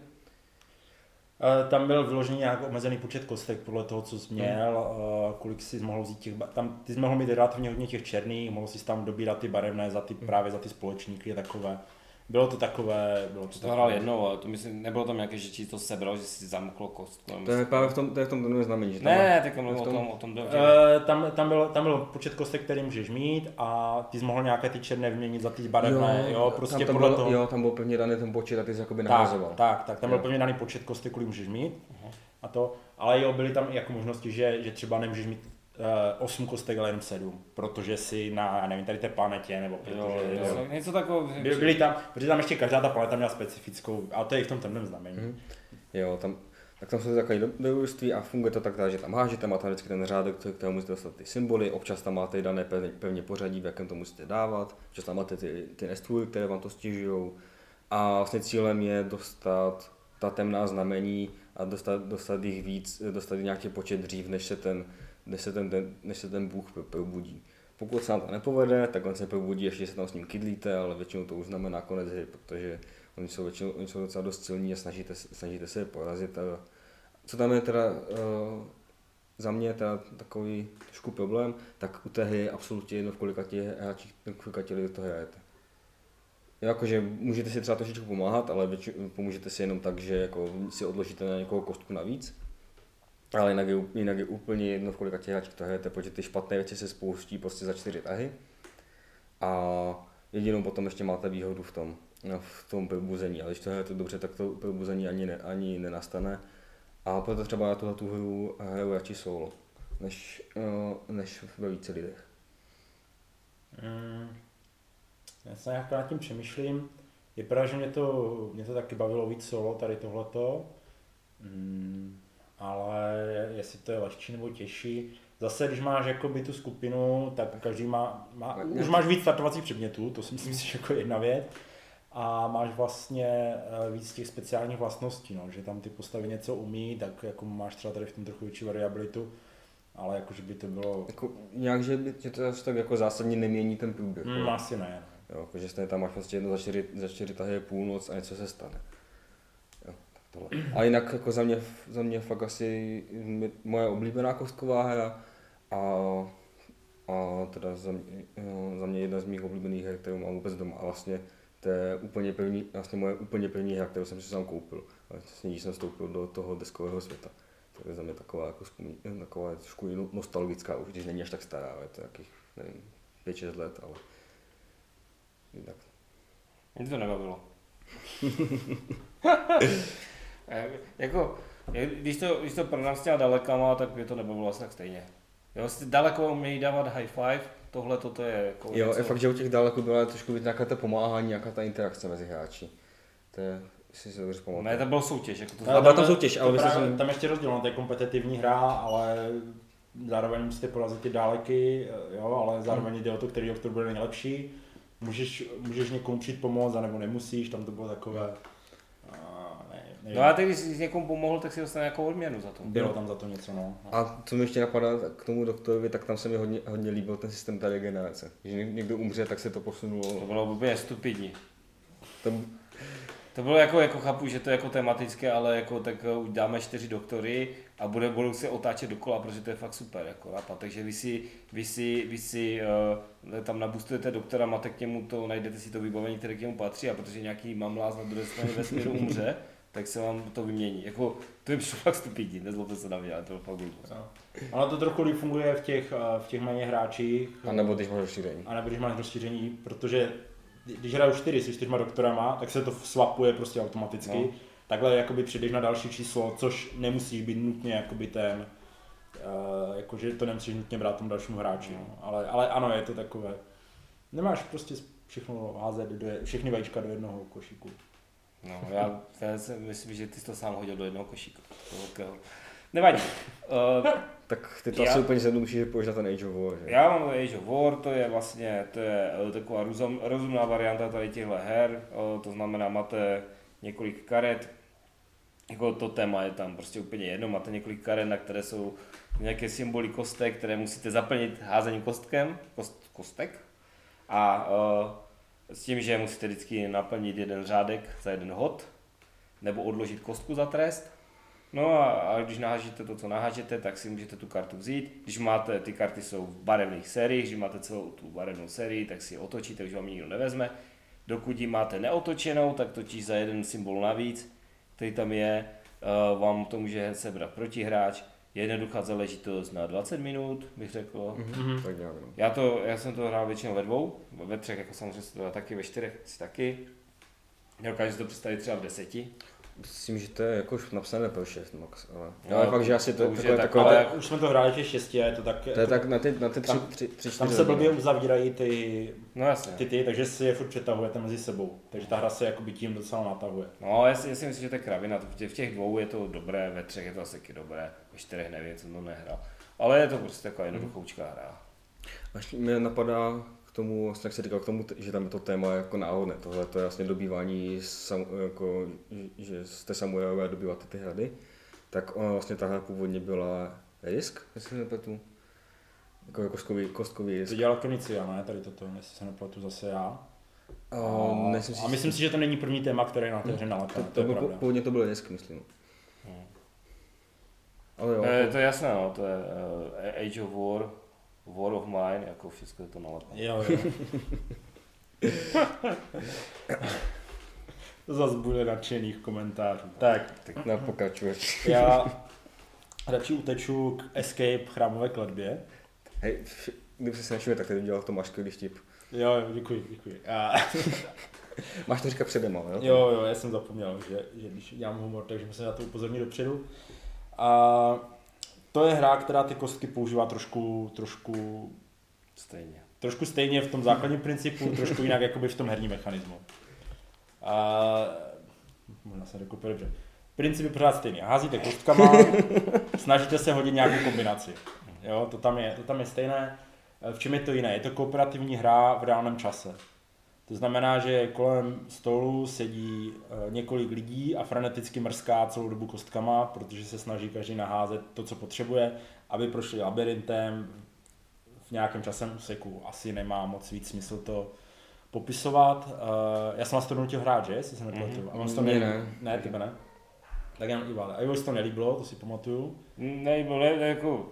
Tam byl vyložený nějak omezený počet kostek podle toho, co jsi měl, hmm. kolik jsi mohl vzít těch, tam ty jsi mohl mít relativně hodně těch černých, mohl jsi tam dobírat ty barevné za ty, hmm. právě za ty společníky takové. Bylo to takové, bylo to, to takové. Hrál jednou, ale to myslím, nebylo tam nějaké, že ti to sebral, že si zamklo kostku. To je právě v tom, to je v tom druhém znamení, že tam ne, teď mluvím o tom, o tom uh, tam, tam, byl, tam byl počet kostek, který můžeš mít a ty jsi mohl nějaké ty černé vyměnit za ty barevné, jo, jo prostě tam, tam podle byl, toho. Jo, tam byl pevně daný ten počet a ty jsi jakoby tak, nahrazoval. Tak, tak, tam byl pevně daný počet kostek, kolik můžeš mít. Uh-huh. A to, ale jo, byly tam i jako možnosti, že, že třeba nemůžeš mít osm kostek, ale jenom sedm, protože si na, já nevím, tady té planetě, nebo protože, jo, jo, jo. Něco takového. Byli, byli tam, protože tam ještě každá ta planeta měla specifickou, a to je i v tom temném znamení. Mm. Jo, tam, tak tam jsou takové dobrodružství a funguje to tak, že tam hážete, máte vždycky ten řádek, kterého musíte dostat ty symboly, občas tam máte dané pevně, pevně pořadí, v jakém to musíte dávat, občas tam máte ty, ty nestvůry, které vám to stěžují a vlastně cílem je dostat ta temná znamení a dostat, dostat jich víc, dostat nějaký počet dřív, než se ten než se ten, ten, než se ten bůh probudí. Pokud se vám to nepovede, tak on se probudí, ještě se tam s ním kydlíte, ale většinou to už znamená konec hry, protože oni jsou, většinou, oni jsou docela dost silní a snažíte, snažíte se je porazit. A co tam je teda uh, za mě teda takový trošku problém, tak u té hry je absolutně jedno, v kolika těch hráčích, v kolika těch lidí to hrajete. Jakože můžete si třeba trošičku pomáhat, ale většinou, pomůžete si jenom tak, že jako si odložíte na někoho kostku navíc. Ale jinak je, jinak je úplně jedno, v kolika těch hráčích to hrajete, protože ty špatné věci se spouští prostě za čtyři tahy. A jedinou potom ještě máte výhodu v tom, v tom probuzení, ale když to hrajete dobře, tak to probuzení ani, ne, ani nenastane. A proto třeba já tuhle tu hru hraju radši solo, než, než ve více lidech. Mm, já se nějak nad tím přemýšlím. Je pravda, že mě to, mě to taky bavilo víc solo, tady tohleto. Mm. Ale jestli to je lehčí nebo těžší. Zase, když máš jakoby tu skupinu, tak každý má, má už máš víc startovacích předmětů, to si myslím, že jako jedna věc. A máš vlastně víc těch speciálních vlastností, no, že tam ty postavy něco umí, tak jako máš třeba tady v tom trochu větší variabilitu, ale jakože by to bylo... Jako, nějak, že by tě to tak jako zásadně nemění ten průběh. Mm, asi ne. Jo, jakože stejně tam máš vlastně jedno za čtyři, za čtyři tahy je půlnoc a něco se stane. Tohle. A jinak jako za mě, za mě fakt asi moje oblíbená kostková hra a, a teda za mě, za mě jedna z mých oblíbených her, kterou mám vůbec doma a vlastně to je úplně první, vlastně moje úplně první hra, kterou jsem si sám koupil. Vlastně když jsem vstoupil do toho deskového světa. To je za mě taková, jako vzpomín, taková trošku nostalgická, už když není až tak stará, je to jakých, nevím, pět šest let, ale jinak. Mě to nebavilo. Jako, když to, když to prodám s těma dalekama, tak mě to nebavilo asi tak stejně. Jo, daleko umějí dávat high five, tohle toto je jako jo, něco... je fakt, že u těch daleko byla trošku být nějaká ta pomáhání, nějaká ta interakce mezi hráči. To je, jestli se dobře pamatuju. Ne, to byl soutěž. Jako to ale byla tam soutěž, ale právě, jsem... tam ještě rozdíl, no, to je kompetitivní hra, ale zároveň musíte porazit ty dáleky, jo, ale zároveň jde o to, který doktor bude nejlepší. Můžeš, můžeš někomu přijít pomoct, anebo nemusíš, tam to bylo takové... Nevím. No a teď, když jsi někomu pomohl, tak si dostane nějakou odměnu za to. Bylo tam za to něco, no. A co mi ještě napadá k tomu doktorovi, tak tam se mi hodně, hodně líbil ten systém té regenerace. Když někdo umře, tak se to posunulo. To bylo úplně stupidní. To, to bylo jako, jako chápu, že to je jako tematické, ale jako tak už dáme čtyři doktory a bude, budou se otáčet dokola, protože to je fakt super jako nápad. Takže vy si, vy si, vy si uh, tam nabustujete doktora, máte k němu to, najdete si to vybavení, které k němu patří a protože nějaký mamlás na druhé straně vesmíru umře, tak se vám to vymění. Jako, to je přišlo fakt stupidní, nezlobte se na mě, ale to bylo fakt blbost. No. Ale to trochu líp funguje v těch, v těch méně hráčích. A nebo když máš rozšíření. A nebo když máš rozšíření, protože když hraju čtyři se čtyřma doktorama, tak se to swapuje prostě automaticky. No. Takhle jakoby přijdeš na další číslo, což nemusí být nutně jakoby ten, uh, jakože to nemusíš nutně brát tomu dalšímu hráči. No. Ale, ale ano, je to takové. Nemáš prostě všechno házet, do, všechny vajíčka do jednoho košíku. No, já, já si myslím, že ty jsi to sám hodil do jednoho košíku. Nevadí. Uh, tak ty to já, asi úplně zjednodušíš, že půjdeš na ten Age of War, že? Já mám Age of War, to je vlastně to je taková rozum, rozumná varianta tady těchto her, uh, to znamená máte několik karet, jako to téma je tam prostě úplně jedno, máte několik karet, na které jsou nějaké symboly kostek, které musíte zaplnit házením kostkem, kost, kostek a uh, s tím, že musíte vždycky naplnit jeden řádek za jeden hod, nebo odložit kostku za trest. No a, a když nahážete to, co nahážete, tak si můžete tu kartu vzít. Když máte, ty karty jsou v barevných sériích, když máte celou tu barevnou sérii, tak si ji otočíte, když vám ji nikdo nevezme. Dokud ji máte neotočenou, tak točíš za jeden symbol navíc, který tam je, uh, vám to může sebrat protihráč. Je jednoduchá záležitost na dvacet minut, bych řekl. Mm-hmm. Tak nějak, no. Já, to, já jsem to hrál většinou ve dvou, ve třech, jako samozřejmě se to dá taky, ve čtyřech si taky. Dokážu si to představit třeba v deseti. Myslím, že to je jako už napsané pro šest max, ale, no, ale fakt, že asi to, to takové, tak, takové, ale už jsme to hráli těch šesti a je to tak... To je tak na ty, na ty tři, tam, tři, tři, tři tam čtyři se blbě uzavírají ty, no jasně. ty, ty, takže si je furt přetahujete mezi sebou. Takže ta hra se jakoby tím docela natahuje. No, já si, já si myslím, že to je kravina. V těch dvou je to dobré, ve třech je to asi taky dobré, ve čtyřech nevím, co to nehrál. Ale je to prostě taková jednoduchoučká hra. Až mě napadá k tomu, jak jsi říkal, k tomu, že tam je to téma jako náhodné. Tohle to je vlastně dobývání, sam, jako, že jste samurajové a dobýváte ty hrady. Tak ona vlastně ta hra původně byla risk, jestli se nepletu. Jako kostkový, kostkový risk. To dělal Konicia, ne? Tady toto, jestli se nepletu zase já. A, a, myslím, a myslím si, že to není první téma, které je na té hře nalepené, to, to, to je to pravda. původně to byl risk, myslím. Hmm. Ale jo. E, to je jasné, no, to je uh, Age of War, War of Mine, jako všechno je to nalepené. Jo, jo. To zase bude nadšených komentářů. Tak, tak na pokračuješ. Já radši uteču k Escape chrámové kletbě. Hej, kdyby se našel, tak tady udělal Tomáš skvělý vtip. Jo, jo, děkuji, děkuji. A... Máš to říkat předem, ale jo? Jo, jo, já jsem zapomněl, že, že když dělám humor, takže musím na to upozornit dopředu. A to je hra, která ty kostky používá trošku, trošku stejně. Trošku stejně v tom základním principu, trošku jinak jakoby v tom herním mechanismu. A možná se řekl dobře. Princip je pořád stejný. Házíte kostkama, snažíte se hodit nějakou kombinaci. Jo, to tam je, to tam je stejné. V čem je to jiné? Je to kooperativní hra v reálném čase. To znamená, že kolem stolu sedí několik lidí a freneticky mrská celou dobu kostkama, protože se snaží každý naházet to, co potřebuje, aby prošli labirintem v nějakém časem úseku. Asi nemá moc víc smysl to popisovat. Já jsem vás to donutil hrát, že? Jestli se nepletu. Mm-hmm. A on to ne, ne, ne, tebe ne. Tak jenom Ivale. A jo, to nelíbilo, to si pamatuju. Nelíbilo, ne, jako...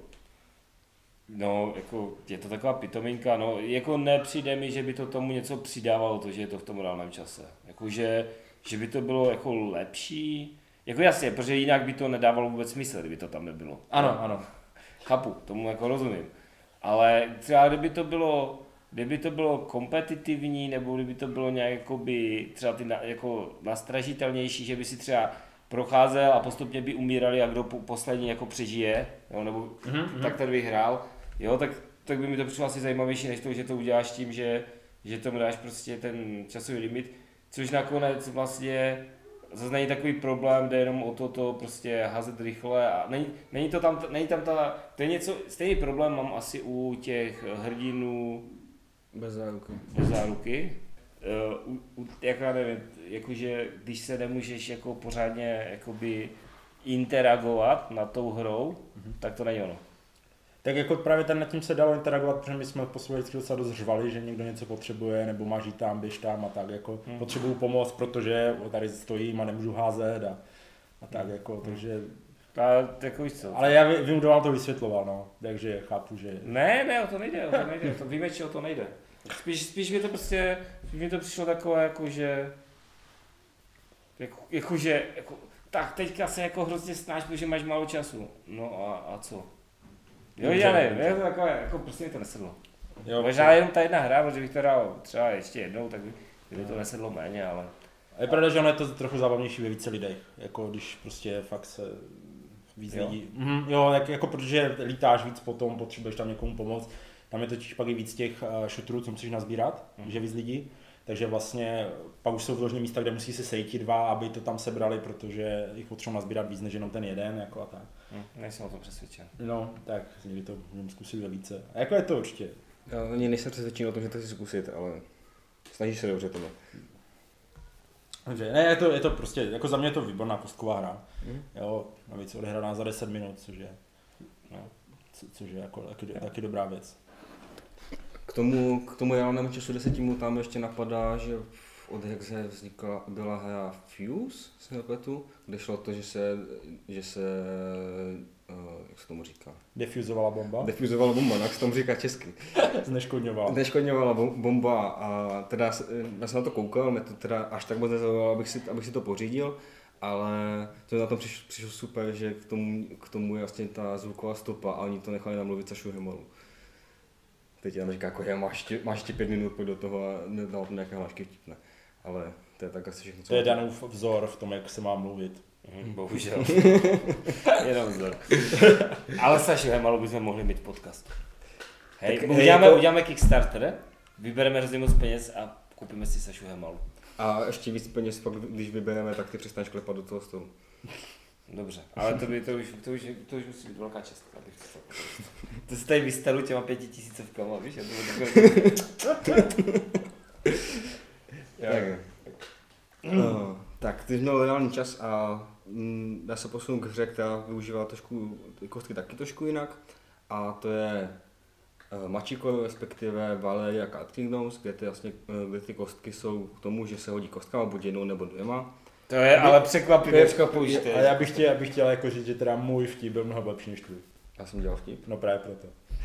No, jako, je to taková pitominka, no, jako nepřijde mi, že by to tomu něco přidávalo, to, že je to v tom reálném čase. Jako, že, že by to bylo jako lepší, jako jasně, protože jinak by to nedávalo vůbec smysl, kdyby to tam nebylo. Ano, ano. Chápu, tomu jako rozumím. Ale třeba kdyby to bylo, kdyby to bylo kompetitivní, nebo kdyby to bylo nějak jakoby, třeba ty na, jako nastražitelnější, že by si třeba procházel a postupně by umírali a kdo poslední jako přežije, jo, nebo mm-hmm. tak ten vyhrál, jo, tak, tak by mi to přišlo asi zajímavější, než to, že to uděláš tím, že, že tomu dáš prostě ten časový limit, což nakonec vlastně zase není takový problém, jde jenom o to, to prostě házet rychle a není, není to tam, není tam ta, to je něco, stejný problém mám asi u těch hrdinů bez záruky. Bez záruky. Uh, u, u, jako já nevím, jakože když se nemůžeš jako pořádně jakoby interagovat nad tou hrou, mm-hmm. tak to není ono. Tak jako právě ten nad tím se dalo interagovat, protože my jsme po sobě docela dost řvali, že někdo něco potřebuje, nebo má žít tam, běž tam a tak, jako hmm. potřebuju pomoc, protože tady stojím a nemůžu házet a, a tak, jako, hmm. takže... A tak víš co? Ale já vím, kdo vám to vysvětloval, no, takže chápu, že... Ne, ne, o to nejde, o to nejde, to víme, že o to nejde. Spíš, spíš mi to prostě, spíš mi to přišlo takové, jako že... Jako, jakože, jako, tak teďka se jako hrozně snaž, protože máš málo času. No a, a co? Jo, já nevím, je to takové, jako prostě mi to nesedlo. Jo, možná jenom ta jedna hra, protože bych to dal třeba ještě jednou, tak by to nesedlo méně, ale... A je pravda, že ono je to trochu zábavnější ve více lidech, jako když prostě fakt se víc jo. lidí, mm, jo, jak, jako protože lítáš víc potom, potřebuješ tam někomu pomoct, tam je totiž pak i víc těch uh, šutrů, co musíš nazbírat, mm. že víc lidí, takže vlastně pak už jsou vloženy místa, kde musí se sejít ti dva, aby to tam sebrali, protože jich potřebují nazbírat víc než jenom ten jeden, jako a tak. Mm, nejsem o tom přesvědčen. No, tak někdy to můžeme zkusit ve více. A jako je to určitě? Já ani nejsem přesvědčen o tom, že to chci zkusit, ale snažíš se dobře tomu. Takže ne, je to, je to prostě, jako za mě je to výborná kostková hra. Mm. Jo, navíc odehraná za deset minut, což je, no, co, což je jako taky, taky dobrá věc. K tomu, k tomu reálnému času deseti minut tam ještě napadá, že od Hexe vznikla, byla hra Fuse, se nepletu, kde šlo to, že se, že se, uh, jak se tomu říká? Defuzovala bomba? Defuzovala bomba, jak se tomu říká česky. Zneškodňovala. Zneškodňovala bomba a teda já jsem na to koukal, mě to teda až tak moc nezaujalo, abych si, abych si to pořídil, ale to na tom přišlo, přišlo super, že k tomu, k tomu je vlastně ta zvuková stopa a oni to nechali namluvit Sašu Hemalu. Teď tam říká, jako, máš, tě, máš tě pět minut, pojď do toho a nedal to nějaké hlášky vtipné. Ale to je tak asi všechno. To je Danův vzor v tom, jak se má mluvit. Mm, bohužel. Jenom vzor. Ale Saši Hemalu bychom mohli mít podcast. Hej, tak, uděláme, hej, jako... uděláme Kickstarter, vybereme hrozně moc peněz a koupíme si Sašu Hemalu. A ještě víc peněz, pak, když vybereme, tak ty přestaneš klepat do toho stolu. Dobře, ale to, by, to, už, to, už, to už musí být velká částka. To se tady vystaru těma pěti tisícovkama, víš? Já to takové... tak, no, tak, ty jsi měl reálný čas a mm, já se posunu k hře, která využívá trošku, kostky taky trošku jinak. A to je uh, Machiko, respektive Valeria Card Kingdoms, kde ty, vlastně, uh, kde ty kostky jsou k tomu, že se hodí kostkama buď jednou nebo dvěma. To je ale překvapivě překvapující. A já bych chtěl, já bych chtěl jako říct, že teda můj vtip byl mnoho lepší než tvůj. Já jsem dělal vtip. No právě proto.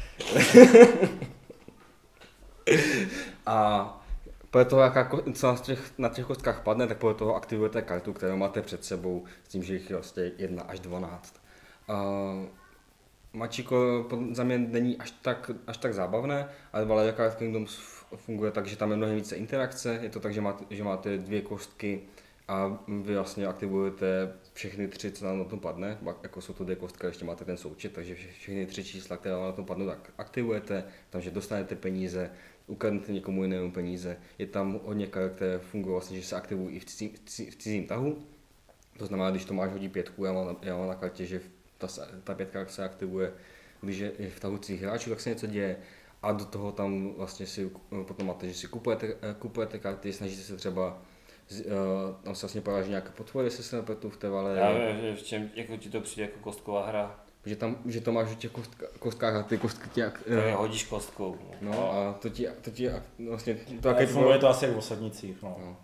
A podle toho, jaká, co na těch, na těch kostkách padne, tak podle toho aktivujete kartu, kterou máte před sebou, s tím, že jich je vlastně jedna až dvanáct. Uh, Machiko za mě není až tak, až tak zábavné, ale Valeria Card Kingdoms funguje tak, že tam je mnohem více interakce. Je to tak, že máte, že máte dvě kostky a vy vlastně aktivujete všechny tři, co nám na tom padne, jako jsou to dvě kostky, ještě máte ten součet, takže všechny tři čísla, které vám na tom padnou, tak aktivujete, takže dostanete peníze, ukradnete někomu jinému peníze. Je tam hodně karet, které fungují vlastně, že se aktivují i v cizím, v cizím tahu. To znamená, když to máš hodí pětku, já mám, já mám na kartě, že ta, ta pětka se aktivuje, když je v tahu cizích hráčů, tak se něco děje. A do toho tam vlastně si potom máte, že si kupujete, kupujete karty, snažíte se třeba tam se vlastně poráží nějaké potvory, jestli se nepletu v té Valerii. V čem jako ti to přijde jako kostková hra? Že, tam, že to máš v těch kostka, kostkách a ty kostky ti... To je hodíš kostkou. No, no a to ti, to ti vlastně... To také funguje to asi jak v osadnicích, no. no.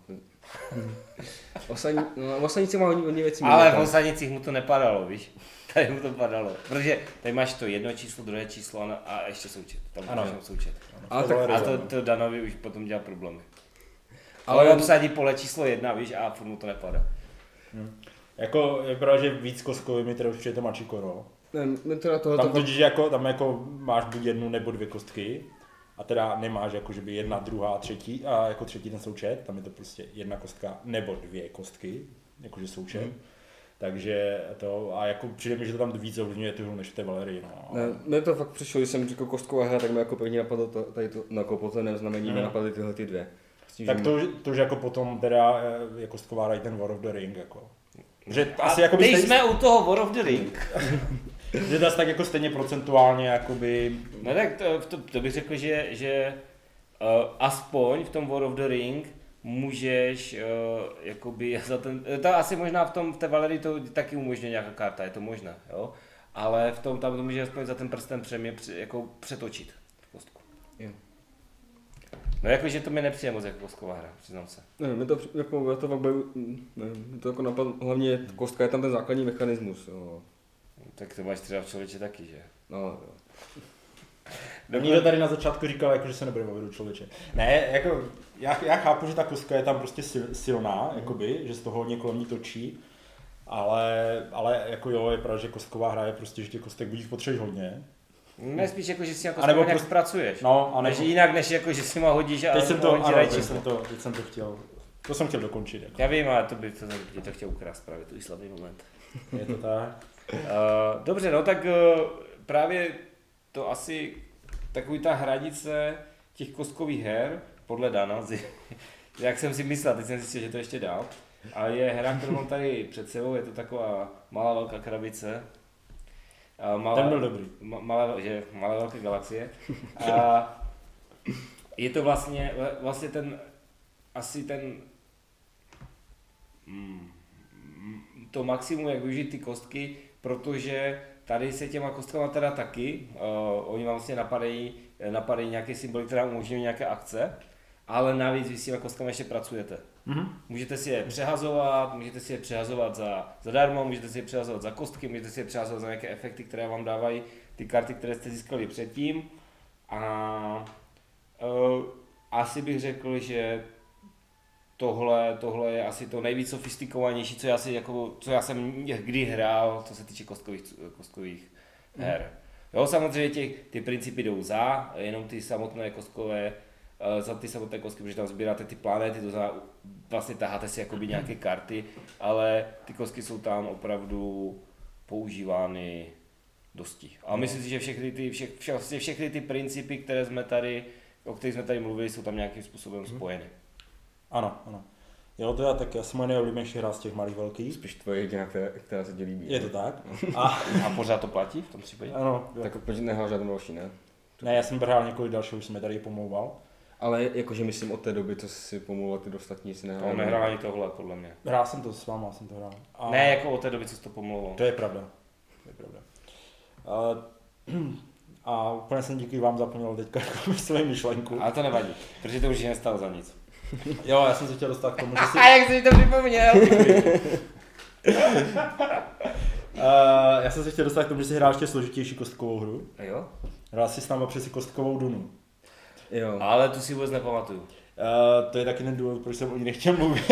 Osadní, no, v osadnici má hodně, hodně věcí. Ale v osadnicích mu to nepadalo, víš? Tady mu to padalo, protože tady máš to jedno číslo, druhé číslo a ještě součet. Tam máš součet. Ano, tak, a to, to Danovi už potom dělá problémy. Ale on obsadí pole číslo jedna, víš, a furt mu to nepadá. Hmm. Jako je pravda, že víc kostkový mi teda už přijde to Machiko, no. Ne, teda toho, tam totiž jako, tam jako máš buď jednu nebo dvě kostky a teda nemáš jako, že by jedna, druhá, třetí a jako třetí ten součet, tam je to prostě jedna kostka nebo dvě kostky, jakože součet. Hmm. Takže to, a jako přijde mi, že to tam víc ovlivňuje tu hru než v té Valerii, no. Ne, mně to fakt přišlo, když jsem řekl kostková hra, tak mi jako první napadlo to, tady to, no jako posledném znamení hmm. mi napadly tyhle ty dvě. Tím, tak to, to už jako potom teda je kostková hra i ten War of the Ring, jako. Že a asi jako teď stejně... jsme u toho War of the Ring. Že to tak jako stejně procentuálně, jakoby... No tak to, to, to bych řekl, že, že uh, aspoň v tom War of the Ring můžeš, uh, jakoby za ten, to asi možná v tom, v té Valerii to taky umožňuje nějaká karta, je to možné, jo? Ale v tom tam to může aspoň za ten prsten přemě, jako přetočit kostku. Jo. No jakože to mi nepřijde moc jako kostková hra, přiznám se. Ne, mě to, jako, to fakt byl, ne, mě to jako napadlo, hlavně kostka je tam ten základní mechanismus, jo. Tak to máš třeba v člověče taky, že? No, jo. Někdo tady na začátku říkal, jako, že se nebude bavit o člověče. Ne, jako, já, já chápu, že ta kostka je tam prostě sil, silná, jakoby, že z toho hodně kolem ní točí, ale, ale jako jo, je pravda, že kostková hra je prostě, že těch kostek budíš potřebuješ hodně. Ne, spíš jako, že si jako nějak prostě, pracuješ. No, a nebo jinak, než jako, že si ma hodíš a teď jsem to, ano, teď jsem to, teď jsem to chtěl, to jsem chtěl dokončit. Jako. Já vím, ale to by to, by to chtěl ukrást právě, tu slavný moment. Je to tak? uh, dobře, no tak uh, právě to asi takový ta hranice těch kostkových her, podle Dana, jak jsem si myslel, teď jsem zjistil, že to ještě dál, ale je hra, kterou mám tady před sebou, je to taková malá velká krabice. Malé, ten byl dobrý. Malé, že, malé velké galaxie. A je to vlastně, vlastně ten, asi ten, mm, to maximum, jak využít ty kostky, protože tady se těma kostkama teda taky, uh, oni vám vlastně napadají, napadají nějaké symboly, které umožňují nějaké akce, ale navíc vy s těma kostkami ještě pracujete. Mm-hmm. Můžete si je přehazovat, můžete si je přehazovat za, zadarmo, můžete si je přehazovat za kostky, můžete si je přehazovat za nějaké efekty, které vám dávají ty karty, které jste získali předtím. A uh, asi bych řekl, že tohle, tohle je asi to nejvíc sofistikovanější, co já, si, jako, co já jsem kdy hrál, co se týče kostkových, kostkových mm. her. Jo, samozřejmě ty, ty principy jdou za, jenom ty samotné kostkové, za ty samotné kostky, protože tam sbíráte ty planety, to znamená, vlastně taháte si jakoby nějaké karty, ale ty kostky jsou tam opravdu používány dosti. A myslím si, že všechny ty, vše, vše, všechny ty principy, které jsme tady, o kterých jsme tady mluvili, jsou tam nějakým způsobem spojeny. Ano, ano. Jo, to já tak, já jsem moje nejoblíbenější hra z těch malých velkých. Spíš tvoje jediná, která, která se ti líbí. Je to tak. A, a pořád to platí v tom případě? Ano. Tak pojď nehrál žádnou další, ne? Ne, já jsem hrál několik dalších, už jsem je tady pomlouval. Ale jakože myslím od té doby, co jsi si pomlouval, ty ostatní si nehrál. On nehrál ani tohle, podle mě. Hrál jsem to s váma, jsem to hrál. A... Ne, jako od té doby, co jsi to pomlouval. To je pravda. To je pravda. A, a úplně jsem díky vám zapomněl teďka svou myšlenku. Ale to nevadí, protože to už nestalo za nic. Jo, já jsem se chtěl dostat k tomu, že si... A jak jsi mi to připomněl? Uh, já jsem se chtěl dostat k tomu, že si hrál ještě složitější kostkovou hru. A jo? Hrál si s náma přesi kostkovou Dunu. Jo. Ale tu si vůbec nepamatuju. Uh, to je taky ten důvod, proč jsem o ní nechtěl mluvit.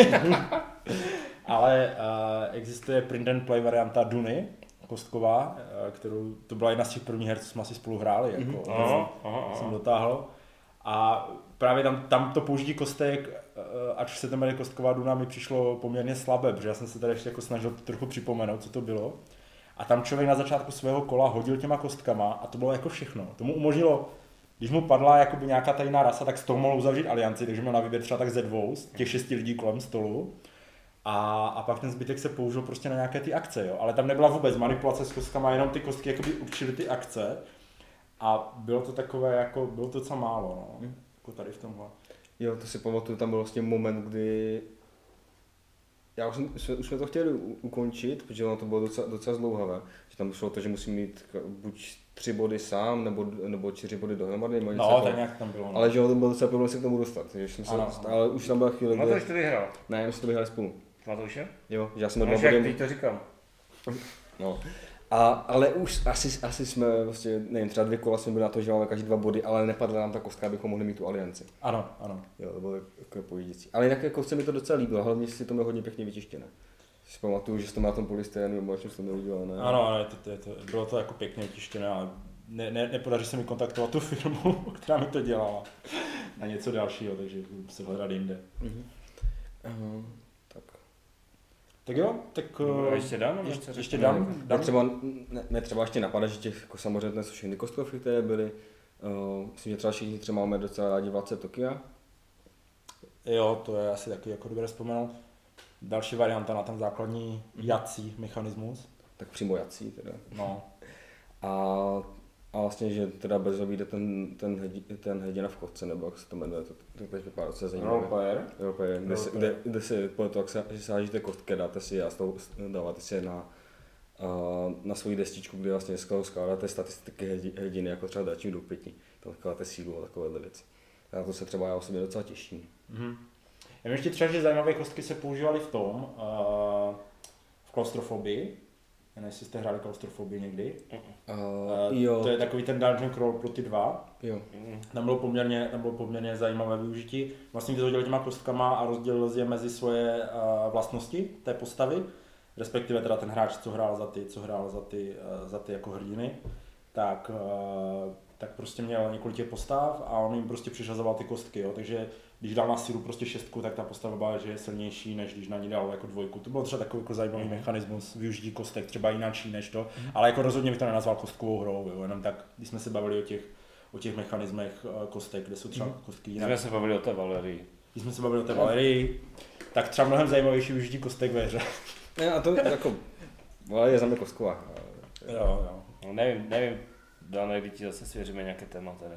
Ale uh, existuje print and play varianta Duny, kostková, uh, kterou, to byla jedna z těch prvních her, co jsme asi spolu hráli, jako, mm-hmm. aha, aha, aha. jsem dotáhl. A právě tam, tam to použití kostek, ať se to jmenuje kostková Duna, mi přišlo poměrně slabé, protože já jsem se tady ještě jako snažil trochu připomenout, co to bylo. A tam člověk na začátku svého kola hodil těma kostkama a to bylo jako všechno. To mu umožnilo, když mu padla jakoby nějaká tajná rasa, tak z toho mohl uzavřít alianci, takže měl na výběr třeba tak ze dvou, z těch šesti lidí kolem stolu. A, a pak ten zbytek se použil prostě na nějaké ty akce, jo. Ale tam nebyla vůbec manipulace s kostkama, jenom ty kostky jakoby určily ty akce. A bylo to takové, jako, bylo to docela málo, no. Hmm. Jako tady v tomhle. Jo, to si pamatuju, tam byl vlastně moment, kdy já už, jsem, už jsme to chtěli ukončit, protože ono to bylo docela, docela zdlouhavé, že tam šlo to, že musím mít buď tři body sám, nebo, nebo čtyři body dohromady. No, tak nějak tam bylo. No. Ale že ono to bylo docela problém se k tomu dostat, takže jsem se, ano, ale už tam byla chvíle, kde... Matouš to vyhrál? Ne, my jsme to vyhráli spolu. Matouše? Jo, že já jsem no, dva body... to říkám. No. A, ale už asi, asi jsme, vlastně, nevím, třeba dvě kola jsme byli na to, že máme každý dva body, ale nepadla nám ta kostka, abychom mohli mít tu alianci. Ano, ano. Jo, to bylo jako pojíždějící. Ale jinak jako se mi to docela líbilo, hlavně si to mělo hodně pěkně vyčištěné. Si pamatuju, že to má tom polystyrenu, nebo čím to neudělal, ne? Ano, ano, to, to, to, bylo to jako pěkně vyčištěné, ale ne, ne, nepodaří se mi kontaktovat tu firmu, která mi to dělala na něco dalšího, takže budu se hledat jinde. Uh-huh. Uh-huh. Tak jo, tak... No, ještě dám, je, ještě, ještě dám. Ne, dám. Třeba, ne, ne, třeba ještě napadá, že těch jako samozřejmě jsou všechny kostkovky, které byly. Uh, myslím, že třeba všichni třeba máme docela rádi Vládce Tokia. Jo, to je asi taky jako dobré vzpomenout. Další varianta na ten základní jací mechanismus. Tak přímo jací teda. No. A, a vlastně, že teda brzo vyjde ten, ten, hedi, ten hrdina v kostce, nebo jak se to jmenuje, to, to teď vypadá docela zajímavé. Roleplayer. Roleplayer, kde, se, kde, kde si podle toho, že se hážíte kostky, dáte si a dáváte si je na, uh, na svoji destičku, kde vlastně skládáte statistiky hrdiny, jako třeba dračí doupětí. Tam skládáte sílu a takovéhle věci. Na to se třeba já osobně docela těším. Mm-hmm. Já ještě třeba, že zajímavé kostky se používaly v tom, uh, v klaustrofobii, Nevím, jestli jste hráli Klaustrofobii někdy. Uh, Uh, jo. To je takový ten dungeon crawl pro ty dva. Jo. Tam bylo poměrně, tam bylo poměrně zajímavé využití. Vlastně ty to dělal těma kostkama a rozdělil je mezi svoje uh, vlastnosti té postavy, respektive teda ten hráč, co hrál za ty, co hrál za ty, uh, za ty jako hrdiny, tak, uh, tak prostě měl několik těch postav a on jim prostě přiřazoval ty kostky, jo. Takže když dal na sílu prostě šestku, tak ta postava byla, že je silnější, než když na ní dal jako dvojku. To byl třeba takový jako zajímavý mm. mechanismus využití kostek, třeba jináčí než to, mm. ale jako rozhodně bych to nenazval kostkovou hrou, jo. Jenom tak, když jsme se bavili o těch, o těch mechanismech kostek, kde jsou třeba mm. kostky jinak. Když jsme se bavili o té Valerii. Když jsme se bavili o té Valerii, tak třeba mnohem zajímavější využití kostek ve hře. Ne, a to jako, Valerie je za mě kostková. Jo, jo. No, nevím, nevím, Dané, kdy ti zase svěříme nějaké téma teda.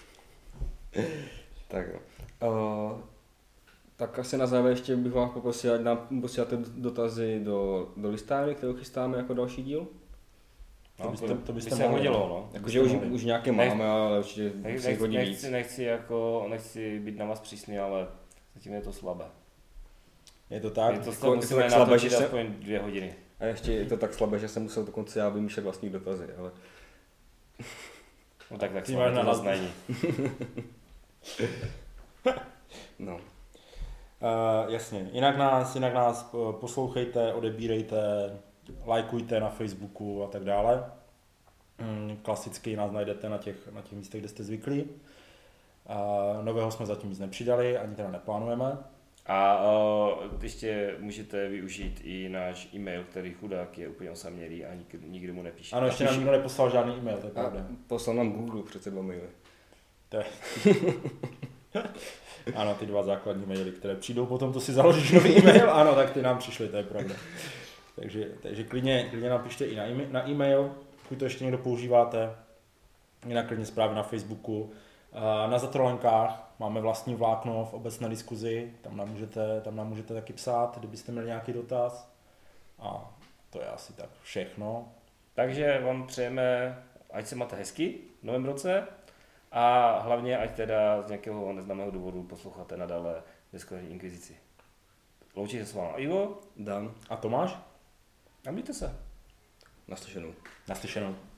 Tak jo. Uh, tak asi na závěr ještě bych vás poprosil, ať nám posíláte dotazy do, do listárny, kterou chystáme jako další díl. No, to byste, to byste by se hodilo, no. Jakože už, už nějaké Nech- máme, ale určitě Nech, se jich hodí víc. nechci, nechci, jako, nechci být na vás přísný, ale zatím je to slabé. Je to tak? Je to, Jako- to je to musíme tak slabé, natočit že se- aspoň dvě hodiny. A ještě je to tak slabé, že jsem musel dokonce já vymýšlet vlastní dotazy, ale... No tak, tak Ty slabé máš to na zase nás- není. No. Uh, jasně, jinak nás, jinak nás uh, poslouchejte, odebírejte, lajkujte na Facebooku a tak dále. Mm, klasicky nás najdete na těch, na těch místech, kde jste zvyklí. Uh, nového jsme zatím nic nepřidali, ani teda neplánujeme. A uh, ještě můžete využít i náš e-mail, který chudák je úplně osamělý a nik, nikdy mu nepíše. Ano, ještě nám nikdo neposlal žádný e-mail, to je A pravda. poslal nám Google přece dva maily. To je... Ano, ty dva základní maily, které přijdou potom, to si založíš nový e-mail, ano, tak ty nám přišly, to je pravda. Takže, takže klidně, klidně napište i na e-mail, na e-mail, pokud to ještě někdo používáte, jinak klidně zprávy na Facebooku. Na Zatrolenkách máme vlastní vlákno v obecné diskuzi, tam nám můžete, tam nám můžete taky psát, kdybyste měli nějaký dotaz. A to je asi tak všechno. Takže vám přejeme, ať se máte hezky v novém roce a hlavně, ať teda z nějakého neznámého důvodu posloucháte nadále Deskoherní inkvizici. Loučí se s vámi Ivo Dan. A Tomáš? a mějte se. Naslyšenou. Naslyšenou.